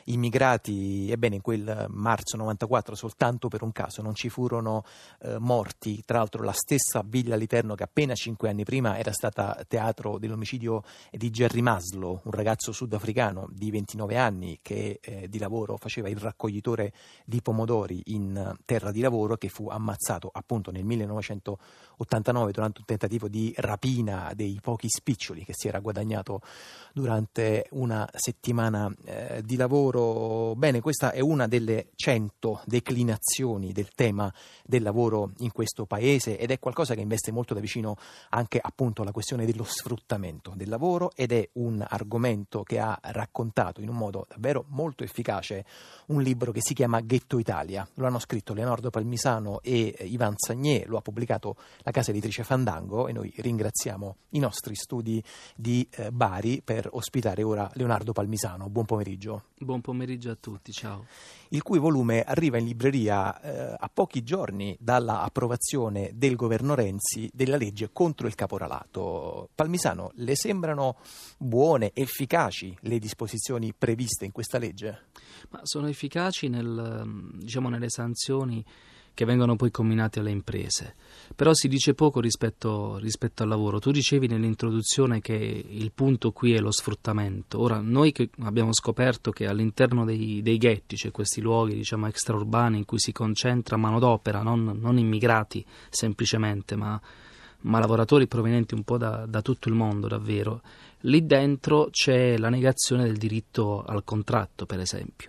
immigrati. Ebbene, in quel marzo 94, soltanto per un caso, non ci furono morti. Tra l'altro la stessa Villa Literno che appena 5 anni prima era stata teatro dell'omicidio di Jerry Maslow, un ragazzo sudafricano di 29 anni che di lavoro faceva il raccoglitore di pomodori in terra di lavoro, che fu ammazzato appunto nel 1989 durante un tentativo di rapina dei pochi spiccioli che si era guadagnato durante una settimana di lavoro. Bene, questa è una delle 100 declinazioni del tema del lavoro in questo paese, ed è qualcosa che investe molto da vicino anche appunto la questione dello sfruttamento del lavoro, ed è un argomento che ha raccontato in un modo davvero molto efficace un libro che si chiama Ghetto Italia. Lo hanno scritto Leonardo Palmisano e Ivan Sagné, lo ha pubblicato la casa editrice Fandango, e noi ringraziamo i nostri studi di Bari per ospitare ora Leonardo Palmisano. Buon pomeriggio. Buon pomeriggio a tutti, ciao. Il cui volume arriva in libreria a pochi giorni dalla approvazione del governo Renzi della legge contro il caporalato. Palmisano, le sembrano buone, efficaci le disposizioni previste in questa legge? Ma sono efficaci nelle sanzioni che vengono poi comminate alle imprese, però si dice poco rispetto al lavoro. Tu dicevi nell'introduzione che il punto qui è lo sfruttamento. Ora, noi che abbiamo scoperto che all'interno dei ghetti c'è questi luoghi extraurbani in cui si concentra manodopera, non immigrati semplicemente, ma lavoratori provenienti un po' da tutto il mondo davvero. Lì dentro c'è la negazione del diritto al contratto, per esempio.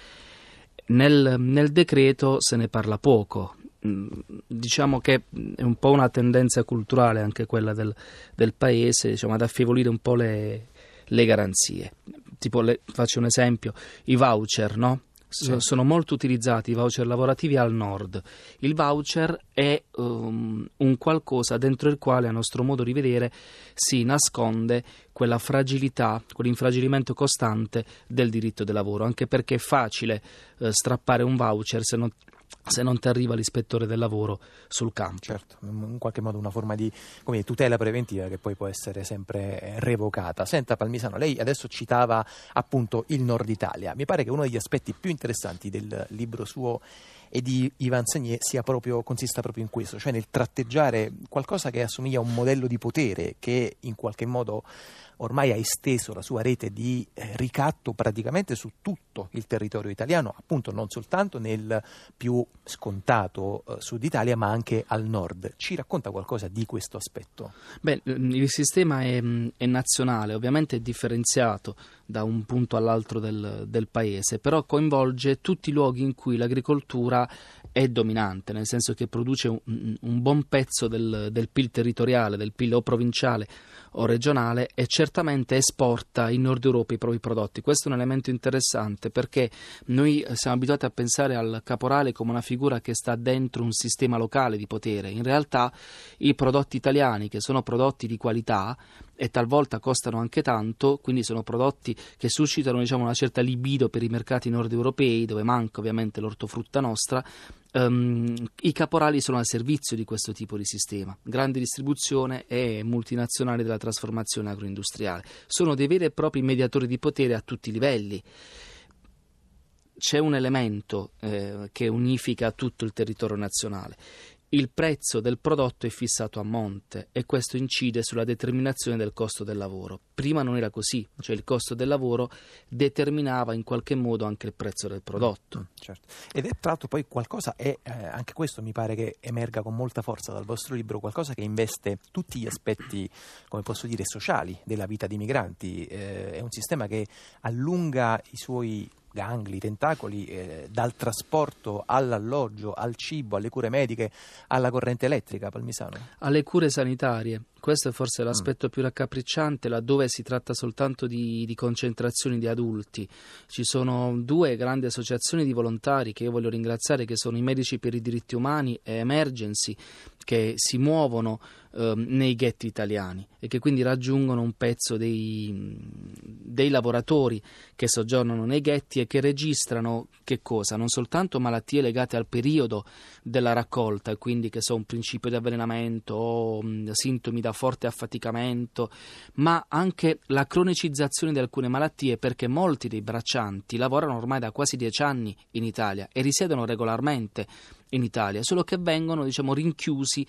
Nel decreto se ne parla poco. Diciamo che è un po' una tendenza culturale anche quella del paese, ad affievolire un po' le garanzie. Tipo, faccio un esempio, i voucher, no? Sono molto utilizzati i voucher lavorativi al nord. Il voucher è un qualcosa dentro il quale, a nostro modo di vedere, si nasconde quella fragilità, quell'infragilimento costante del diritto del lavoro, anche perché è facile strappare un voucher se non ti arriva l'ispettore del lavoro sul campo. Certo, in qualche modo una forma di tutela preventiva che poi può essere sempre revocata. Senta Palmisano, lei adesso citava appunto il Nord Italia. Mi pare che uno degli aspetti più interessanti del libro suo e di Ivan Sagné consista proprio in questo, cioè nel tratteggiare qualcosa che assomiglia a un modello di potere che in qualche modo ormai ha esteso la sua rete di ricatto praticamente su tutto il territorio italiano, appunto non soltanto nel più scontato Sud Italia, ma anche al nord. Ci racconta qualcosa di questo aspetto? Beh, il sistema è nazionale, ovviamente è differenziato da un punto all'altro del paese, però coinvolge tutti i luoghi in cui l'agricoltura è dominante, nel senso che produce un buon pezzo del PIL territoriale, del PIL o provinciale o regionale, e certamente esporta in Nord Europa i propri prodotti. Questo è un elemento interessante, perché noi siamo abituati a pensare al caporale come una figura che sta dentro un sistema locale di potere. In realtà i prodotti italiani, che sono prodotti di qualità e talvolta costano anche tanto, quindi sono prodotti che suscitano una certa libido per i mercati nord europei, dove manca ovviamente l'ortofrutta nostra. I caporali sono al servizio di questo tipo di sistema, grande distribuzione e multinazionali della trasformazione agroindustriale. Sono dei veri e propri mediatori di potere a tutti i livelli. C'è un elemento che unifica tutto il territorio nazionale. Il prezzo del prodotto è fissato a monte, e questo incide sulla determinazione del costo del lavoro. Prima non era così, cioè il costo del lavoro determinava in qualche modo anche il prezzo del prodotto. Certo. Ed è tra l'altro poi qualcosa, anche questo mi pare che emerga con molta forza dal vostro libro, qualcosa che investe tutti gli aspetti, come posso dire, sociali della vita dei migranti. È un sistema che allunga i suoi gangli, tentacoli, dal trasporto all'alloggio, al cibo, alle cure mediche, alla corrente elettrica. Palmisano? Alle cure sanitarie. Questo è forse l'aspetto più raccapricciante, laddove si tratta soltanto di concentrazioni di adulti. Ci sono 2 grandi associazioni di volontari che io voglio ringraziare, che sono i Medici per i Diritti Umani e Emergency, che si muovono nei ghetti italiani e che quindi raggiungono un pezzo dei lavoratori che soggiornano nei ghetti e che registrano che cosa? Non soltanto malattie legate al periodo della raccolta e quindi che sono un principio di avvelenamento o sintomi da forte affaticamento, ma anche la cronicizzazione di alcune malattie, perché molti dei braccianti lavorano ormai da quasi 10 anni in Italia e risiedono regolarmente in Italia, solo che vengono rinchiusi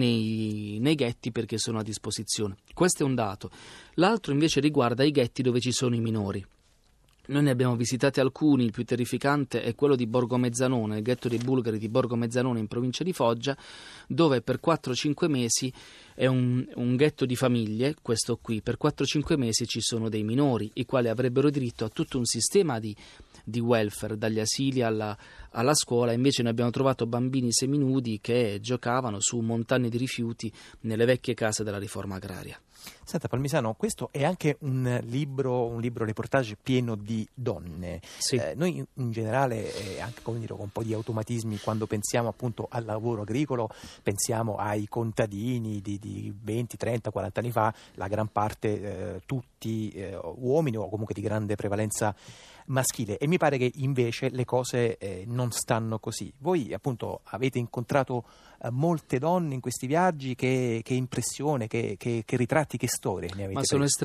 nei ghetti perché sono a disposizione. Questo è un dato. L'altro invece riguarda i ghetti dove ci sono i minori. Noi ne abbiamo visitati alcuni, il più terrificante è quello di Borgo Mezzanone, il ghetto dei bulgari di Borgo Mezzanone in provincia di Foggia, dove per 4-5 mesi è un ghetto di famiglie, questo qui, per 4-5 mesi ci sono dei minori, i quali avrebbero diritto a tutto un sistema di welfare, dagli asili alla scuola. Invece noi abbiamo trovato bambini seminudi che giocavano su montagne di rifiuti nelle vecchie case della riforma agraria. Senta Palmisano, questo è anche un libro reportage pieno di donne. Sì. Noi in generale, anche con un po' di automatismi, quando pensiamo appunto al lavoro agricolo, pensiamo ai contadini di 20, 30, 40 anni fa, la gran parte tutti uomini o comunque di grande prevalenza maschile, e mi pare che invece le cose non stanno così. Voi appunto avete incontrato molte donne in questi viaggi, che impressione, che ritratti, che storie ne avete?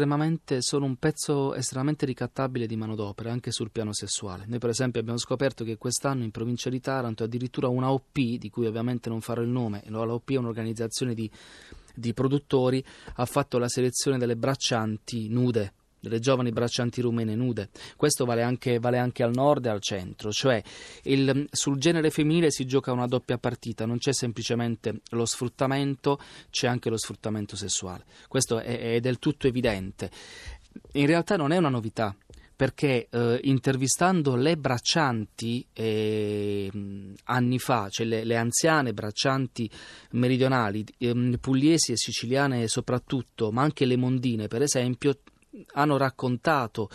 Ma sono un pezzo estremamente ricattabile di manodopera anche sul piano sessuale. Noi per esempio abbiamo scoperto che quest'anno in provincia di Taranto addirittura una OP, di cui ovviamente non farò il nome, la OP è un'organizzazione di produttori, ha fatto la selezione delle braccianti nude, delle giovani braccianti rumene nude. Questo vale anche al nord e al centro, cioè sul genere femminile si gioca una doppia partita, non c'è semplicemente lo sfruttamento, c'è anche lo sfruttamento sessuale. Questo è del tutto evidente. In realtà non è una novità, perché intervistando le braccianti anni fa, cioè le anziane braccianti meridionali, pugliesi e siciliane soprattutto, ma anche le mondine per esempio, hanno raccontato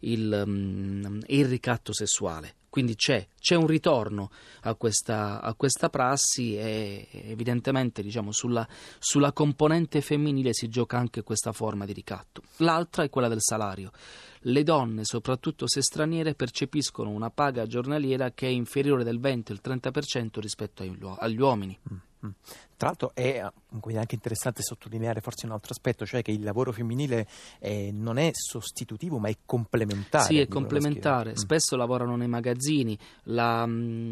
il ricatto sessuale. Quindi c'è un ritorno a questa prassi e evidentemente sulla componente femminile si gioca anche questa forma di ricatto. L'altra è quella del salario. Le donne, soprattutto se straniere, percepiscono una paga giornaliera che è inferiore del 20 al 30% rispetto agli uomini. Tra l'altro è quindi anche interessante sottolineare forse un altro aspetto, cioè che il lavoro femminile non è sostitutivo ma è complementare. Sì, è complementare. Spesso lavorano nei magazzini. La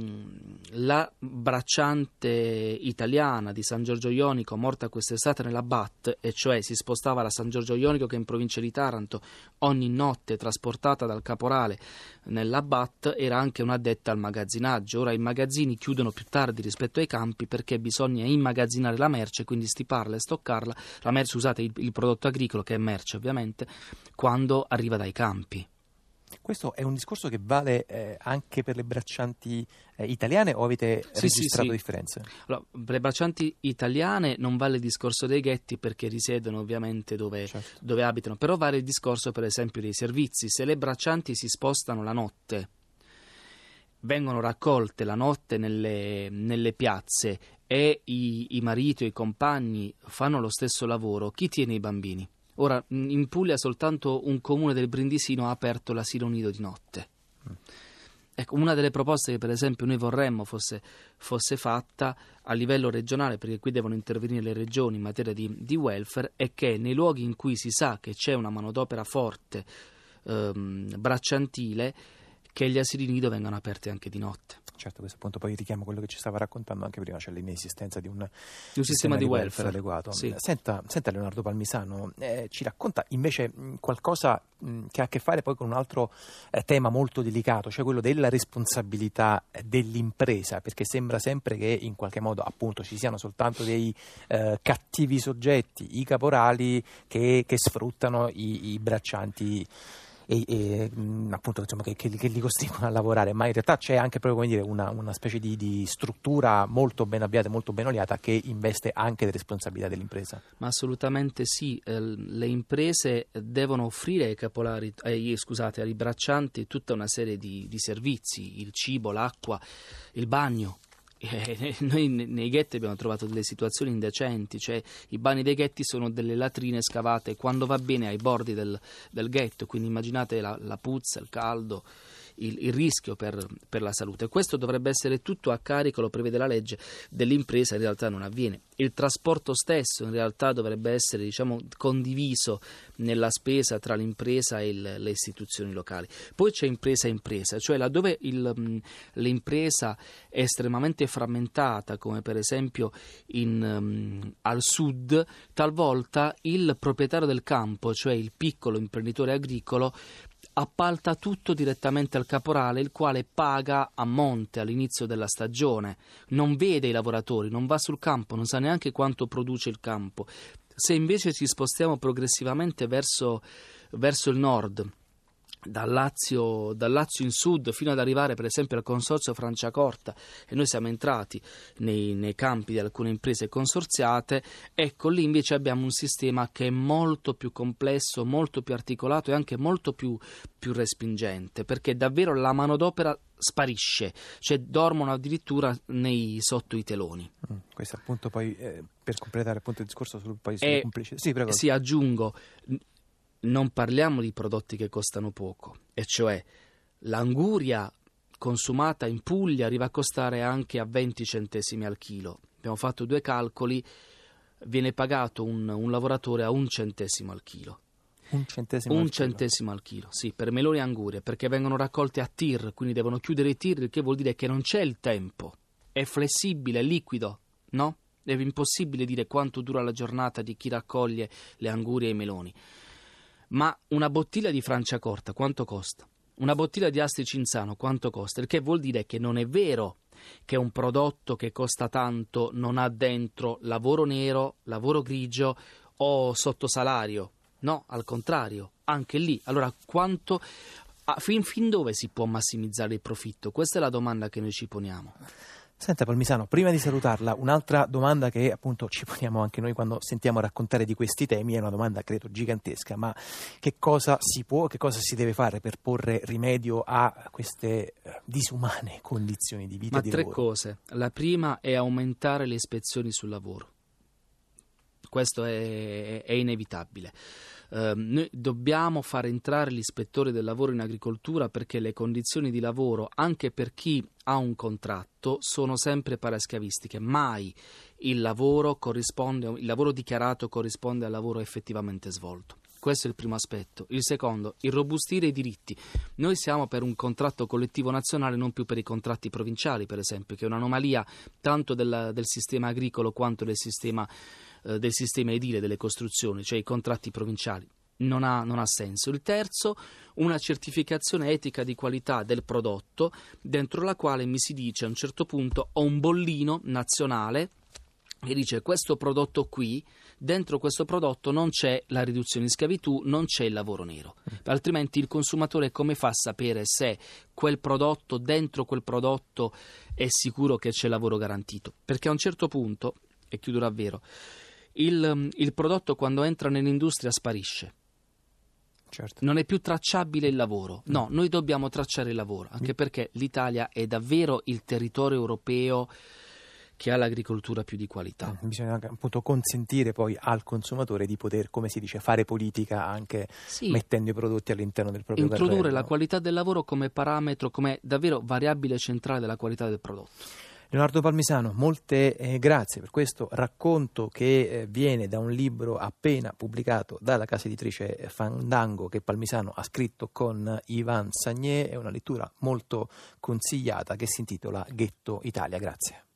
bracciante italiana di San Giorgio Ionico, morta quest'estate nella BAT, e cioè si spostava da San Giorgio Ionico, che è in provincia di Taranto, ogni notte trasportata dal caporale nella BAT, era anche un'addetta al magazzinaggio. Ora i magazzini chiudono più tardi rispetto ai campi perché bisogna immagazzinare la merce, quindi stiparla e stoccarla, la merce, usate il prodotto agricolo che è merce ovviamente, quando arriva dai campi. Questo è un discorso che vale anche per le braccianti italiane, o avete registrato differenze? Allora, per le braccianti italiane non vale il discorso dei ghetti perché risiedono ovviamente dove abitano, però vale il discorso per esempio dei servizi. Se le braccianti si spostano la notte, vengono raccolte la notte nelle piazze e i mariti o i compagni fanno lo stesso lavoro, chi tiene i bambini? Ora, in Puglia soltanto un comune del Brindisino ha aperto l'asilo nido di notte. Ecco, una delle proposte che per esempio noi vorremmo fosse fatta a livello regionale, perché qui devono intervenire le regioni in materia di welfare, è che nei luoghi in cui si sa che c'è una manodopera forte bracciantile, che gli asili nido vengano aperti anche di notte. Certo, questo appunto poi richiama quello che ci stava raccontando anche prima, cioè l'inesistenza di un sistema di welfare adeguato. Sì. Senta Leonardo Palmisano, ci racconta invece qualcosa che ha a che fare poi con un altro tema molto delicato, cioè quello della responsabilità dell'impresa, perché sembra sempre che in qualche modo appunto ci siano soltanto dei cattivi soggetti, i caporali che sfruttano i braccianti e appunto che li costringono a lavorare, ma in realtà c'è anche proprio una specie di struttura molto ben avviata, molto ben oliata, che investe anche le responsabilità dell'impresa. Ma assolutamente sì, le imprese devono offrire ai braccianti tutta una serie di servizi, il cibo, l'acqua, il bagno. Noi nei ghetti abbiamo trovato delle situazioni indecenti, cioè i bagni dei ghetti sono delle latrine scavate quando va bene ai bordi del ghetto, quindi immaginate la puzza, il caldo, il rischio per la salute. Questo dovrebbe essere tutto a carico, lo prevede la legge, dell'impresa, in realtà non avviene. Il trasporto stesso in realtà dovrebbe essere, diciamo, condiviso nella spesa tra l'impresa e le istituzioni locali. Poi c'è impresa, cioè laddove l'impresa è estremamente frammentata, come per esempio al sud, talvolta il proprietario del campo, cioè il piccolo imprenditore agricolo, appalta tutto direttamente al caporale, il quale paga a monte all'inizio della stagione, non vede i lavoratori, non va sul campo, non sa neanche quanto produce il campo. Se invece ci spostiamo progressivamente verso il nord, dal Lazio in sud fino ad arrivare per esempio al consorzio Franciacorta, e noi siamo entrati nei campi di alcune imprese consorziate, ecco lì invece abbiamo un sistema che è molto più complesso, molto più articolato e anche molto più respingente, perché davvero la manodopera sparisce, cioè dormono addirittura sotto i teloni. Questo appunto poi per completare appunto il discorso sulle complici. Sì, prego. Sì, aggiungo, non parliamo di prodotti che costano poco, e cioè l'anguria consumata in Puglia arriva a costare anche a 20 centesimi al chilo. Abbiamo fatto 2 calcoli, viene pagato un lavoratore a 1 centesimo al chilo. Un centesimo al chilo, sì, per meloni e angurie, perché vengono raccolti a tir, quindi devono chiudere i tir, il che vuol dire che non c'è il tempo, è flessibile, è liquido, no? È impossibile dire quanto dura la giornata di chi raccoglie le angurie e i meloni. Ma una bottiglia di Franciacorta quanto costa? Una bottiglia di Asti Cinzano quanto costa? Il che vuol dire che non è vero che un prodotto che costa tanto non ha dentro lavoro nero, lavoro grigio o sottosalario. No, al contrario, anche lì. Allora, fin dove si può massimizzare il profitto? Questa è la domanda che noi ci poniamo. Senta Palmisano, prima di salutarla, un'altra domanda che appunto ci poniamo anche noi quando sentiamo raccontare di questi temi, è una domanda credo gigantesca, ma che cosa si deve fare per porre rimedio a queste disumane condizioni di vita e di lavoro? 3 cose. La prima è aumentare le ispezioni sul lavoro. Questo è inevitabile. Noi dobbiamo far entrare gli ispettori del lavoro in agricoltura, perché le condizioni di lavoro, anche per chi ha un contratto, sono sempre paraschiavistiche. Mai il lavoro dichiarato corrisponde al lavoro effettivamente svolto. Questo è il primo aspetto. Il secondo, irrobustire i diritti. Noi siamo per un contratto collettivo nazionale, non più per i contratti provinciali, per esempio, che è un'anomalia tanto del sistema agricolo quanto del sistema edile, delle costruzioni, cioè i contratti provinciali. Non ha senso. Il terzo, una certificazione etica di qualità del prodotto, dentro la quale mi si dice a un certo punto ho un bollino nazionale che dice questo prodotto qui, dentro questo prodotto non c'è la riduzione in schiavitù, non c'è il lavoro nero. Altrimenti il consumatore come fa a sapere se dentro quel prodotto è sicuro che c'è lavoro garantito? Perché a un certo punto, e chiudo davvero, il prodotto quando entra nell'industria sparisce. Certo. Non è più tracciabile il lavoro. No, noi dobbiamo tracciare il lavoro, anche perché l'Italia è davvero il territorio europeo che ha l'agricoltura più di qualità. Bisogna appunto consentire poi al consumatore di poter, come si dice, fare politica anche mettendo i prodotti all'interno del proprio carrello. Introdurre la qualità del lavoro come parametro, come davvero variabile centrale della qualità del prodotto. Leonardo Palmisano, molte grazie per questo racconto che viene da un libro appena pubblicato dalla casa editrice Fandango, che Palmisano ha scritto con Ivan Sagné. È una lettura molto consigliata che si intitola Ghetto Italia. Grazie.